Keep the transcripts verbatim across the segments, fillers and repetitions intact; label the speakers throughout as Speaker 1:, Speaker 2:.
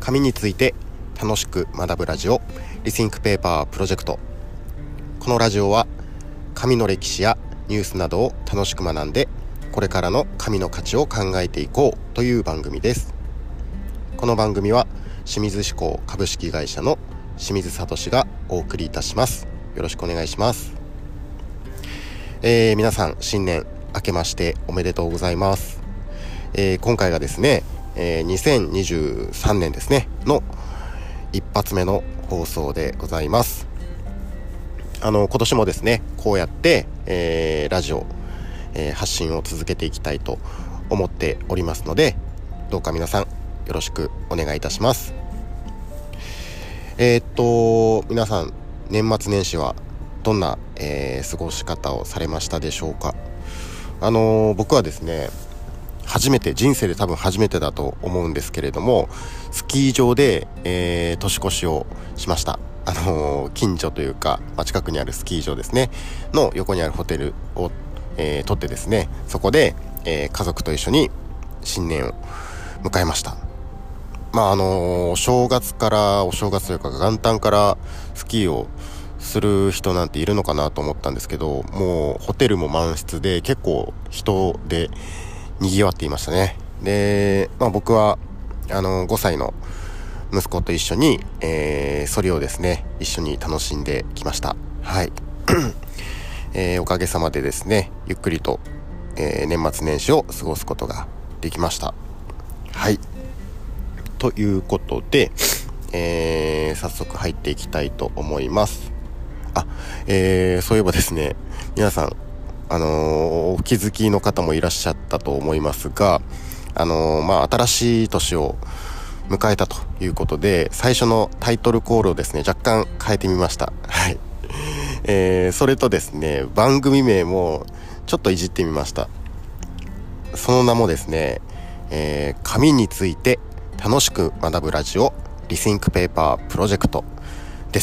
Speaker 1: 紙について楽しく学ぶラジオリシンクペーパープロジェクト。このラジオは紙の歴史やニュースなどを楽しく学んで、これからの紙の価値を考えていこうという番組です。この番組は清水志向株式会社の清水聡がお送りいたします。よろしくお願いします。えー、皆さん新年明けましておめでとうございます。えー、今回がですね、えー、にせんにじゅうさんねんですねの一発目の放送でございます。あの今年もですねこうやって、えー、ラジオ、えー、発信を続けていきたいと思っておりますので、どうか皆さんよろしくお願いいたします。えー、っと皆さん年末年始はどんな、えー、過ごし方をされましたでしょうか。あのー、僕はですね初めて人生で多分初めてだと思うんですけれども、スキー場で、えー、年越しをしました。あのー、近所というか、まあ、近くにあるスキー場ですねの横にあるホテルを、えー、取ってですね、そこで、えー、家族と一緒に新年を迎えました。まああのー、お正月からお正月というか元旦からスキーをする人なんているのかなと思ったんですけど、もうホテルも満室で結構人で賑わっていましたね。で、まあ、僕はあのごさいの息子と一緒に、えー、それをですね一緒に楽しんできました。はい、えー、おかげさまでですねゆっくりと、えー、年末年始を過ごすことができました。はい、ということで、えー、早速入っていきたいと思います。あ、えー、そういえばですね皆さんあのー、お気づきの方もいらっしゃったと思いますが、あのー、まあ新しい年を迎えたということで、最初のタイトルコールをですね若干変えてみました。はい、えー、それとですね番組名もちょっといじってみました。その名もですね、えー、紙について楽しく学ぶラジオリシンクペーパープロジェクトです。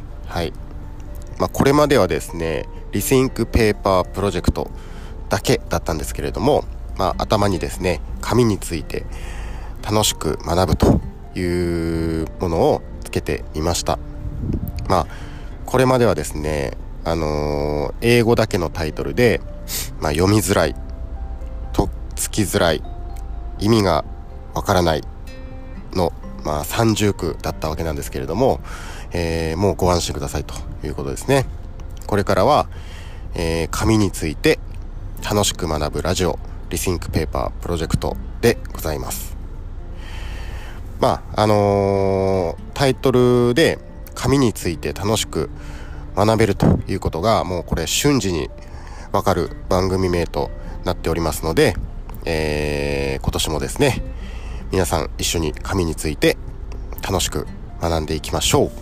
Speaker 1: はい、まあ、これまではですねリシンクペーパープロジェクトだけだったんですけれども、まあ、頭にですね紙について楽しく学ぶというものをつけてみました。まあこれまではですねあのー、英語だけのタイトルで、まあ、読みづらい、とっつきづらい、意味がわからないの、まあ、さんじゅうくだったわけなんですけれども、えー、もうご安心くださいということですね。これからは、えー、紙について楽しく学ぶラジオリシンクペーパープロジェクトでございます。まああのー、タイトルで紙について楽しく学べるということがもうこれ瞬時にわかる番組名となっておりますので、えー、今年もですね皆さん一緒に紙について楽しく学んでいきましょう。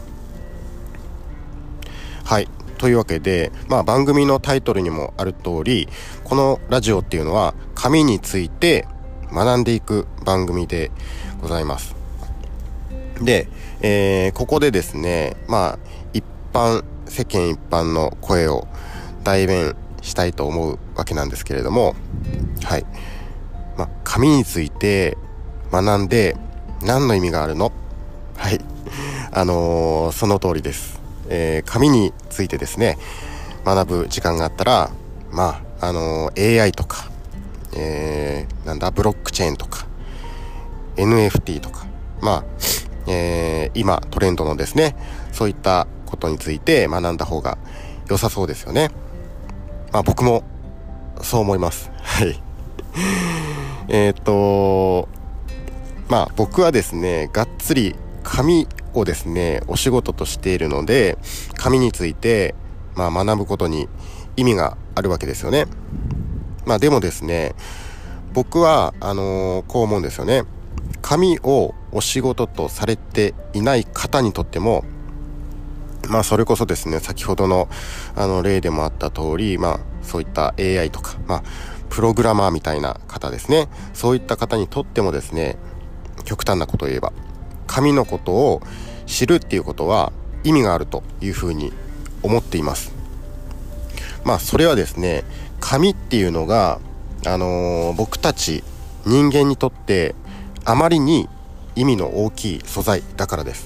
Speaker 1: はい、というわけで、まあ、番組のタイトルにもある通り、このラジオっていうのは紙について学んでいく番組でございます。で、えー、ここでですねまあ一般世間一般の声を代弁したいと思うわけなんですけれども、はい、まあ、紙について学んで何の意味があるの？はい、あのー、その通りです。えー、紙についてですね学ぶ時間があったら、まああのー、エーアイ とか、えー、なんだブロックチェーンとか エヌエフティー とか、まあ、えー、今トレンドのですねそういったことについて学んだ方が良さそうですよね。まあ僕もそう思います。はいえっとまあ僕はですねがっつり紙をですねお仕事としているので、紙について、まあ、学ぶことに意味があるわけですよね。まあでもですね僕はあのー、こう思うんですよね。紙をお仕事とされていない方にとっても、まあそれこそですね先ほどのあの例でもあった通り、まあそういった エーアイ とか、まあプログラマーみたいな方ですね、そういった方にとってもですね極端なことを言えば紙のことを知るっていうことは意味があるというふうに思っています。まあそれはですね紙っていうのが、あのー、僕たち人間にとってあまりに意味の大きい素材だからです。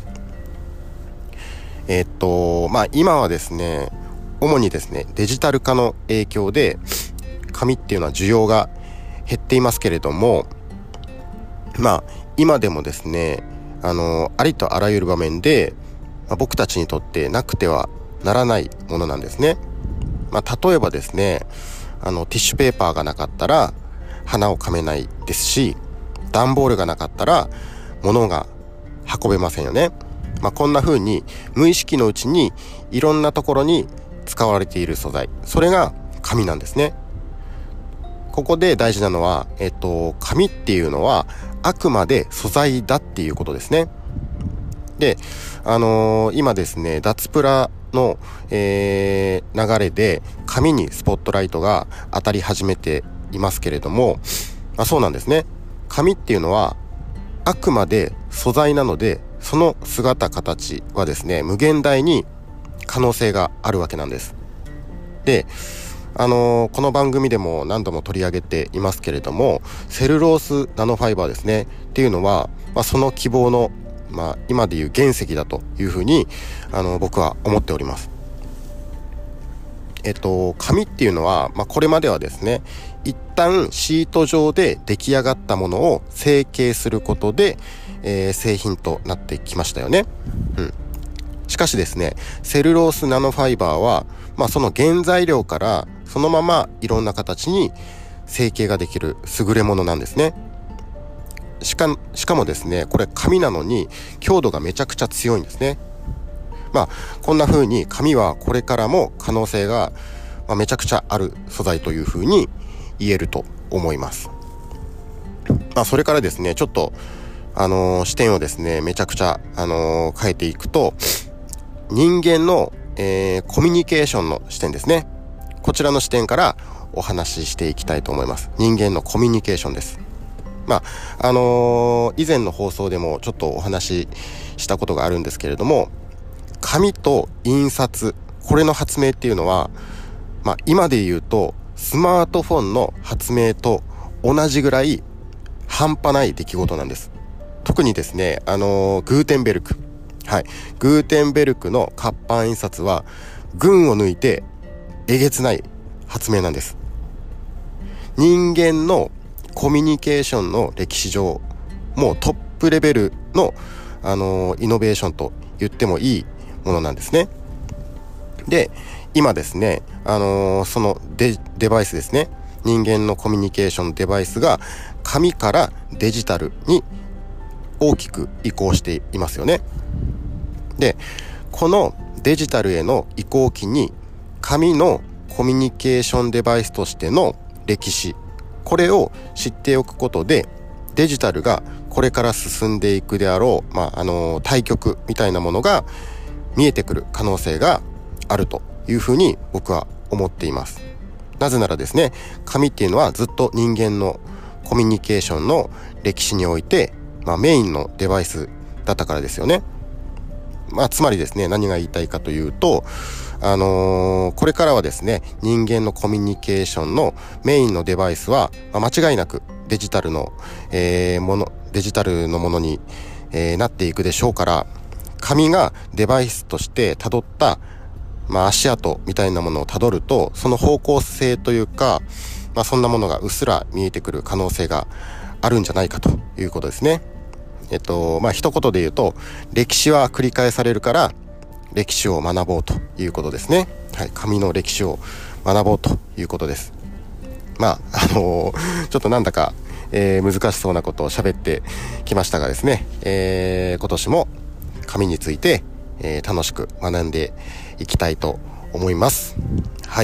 Speaker 1: えー、っとまあ今はですね、主にですねデジタル化の影響で紙っていうのは需要が減っていますけれども、まあ今でもですねあのありとあらゆる場面で、まあ、僕たちにとってなくてはならないものなんですね。まあ、例えばですねあのティッシュペーパーがなかったら花をかめないですし、段ボールがなかったら物が運べませんよね。まあ、こんな風に無意識のうちにいろんなところに使われている素材、それが紙なんですね。ここで大事なのは、えっと、紙っていうのはあくまで素材だっていうことですね。で、あのー、今ですね脱プラの、えー、流れで紙にスポットライトが当たり始めていますけれども、あ、そうなんですね。紙っていうのはあくまで素材なので、その姿形はですね無限大に可能性があるわけなんです。で、あのー、この番組でも何度も取り上げていますけれども、セルロースナノファイバーですねっていうのは、まあ、その希望の、まあ、今でいう原石だというふうにあの僕は思っております。えっと紙っていうのは、まあ、これまではですね一旦シート上で出来上がったものを成形することで、えー、製品となってきましたよね。うん。しかしですねセルロースナノファイバーは、まあ、その原材料からそのままいろんな形に成形ができる優れものなんですね。しか、しかもですねこれ紙なのに強度がめちゃくちゃ強いんですね。まあこんな風に紙はこれからも可能性が、まあ、めちゃくちゃある素材という風に言えると思います。まあそれからですねちょっとあのー、視点をですねめちゃくちゃあのー、変えていくと、人間の、えー、コミュニケーションの視点ですね。こちらの視点からお話ししていきたいと思います。人間のコミュニケーションです。まああのー、以前の放送でもちょっとお話ししたことがあるんですけれども、紙と印刷、これの発明っていうのは、まあ、今で言うとスマートフォンの発明と同じぐらい半端ない出来事なんです。特にですね、あのー、グーテンベルク、はい、グーテンベルクの活版印刷は群を抜いてえげつない発明なんです。人間のコミュニケーションの歴史上、もうトップレベルの、あのー、イノベーションと言ってもいいものなんですね。で、今ですね、あのー、その デ, デバイスですね、人間のコミュニケーションデバイスが紙からデジタルに大きく移行していますよね。で、このデジタルへの移行期に紙のコミュニケーションデバイスとしての歴史、これを知っておくことで、デジタルがこれから進んでいくであろう、まあ、あのー、対極みたいなものが見えてくる可能性があるというふうに僕は思っています。なぜならですね、紙っていうのはずっと人間のコミュニケーションの歴史において、まあ、メインのデバイスだったからですよね。まあ、つまりですね、何が言いたいかというと、あのー、これからはですね、人間のコミュニケーションのメインのデバイスは、まあ、間違いなくデジタルの、えー、もの、デジタルのものに、えー、なっていくでしょうから、紙がデバイスとして辿った、まあ、足跡みたいなものを辿ると、その方向性というか、まあ、そんなものがうっすら見えてくる可能性があるんじゃないかということですね。えっと、まあ、一言で言うと、歴史は繰り返されるから、歴史を学ぼうということですね。はい、紙の歴史を学ぼうということです。まあ、あのー、ちょっとなんだか、えー、難しそうなことを喋ってきましたがですね、えー、今年も紙について、えー、楽しく学んでいきたいと思います。はい。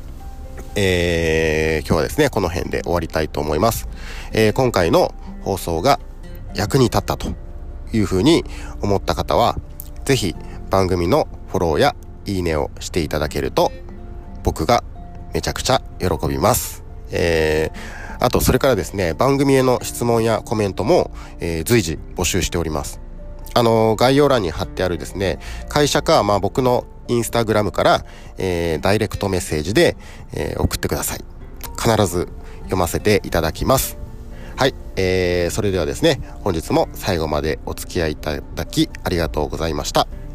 Speaker 1: えー、今日はですね、この辺で終わりたいと思います。えー、今回の放送が役に立ったというふうに思った方は、ぜひ番組のフォローやいいねをしていただけると僕がめちゃくちゃ喜びます。えー、あとそれからですね、番組への質問やコメントも、えー、随時募集しております。あの概要欄に貼ってあるですね、会社か、まあ、僕のインスタグラムから、えー、ダイレクトメッセージで、えー、送ってください。必ず読ませていただきます。 はい、えー、それではですね、本日も最後までお付き合いいただきありがとうございました。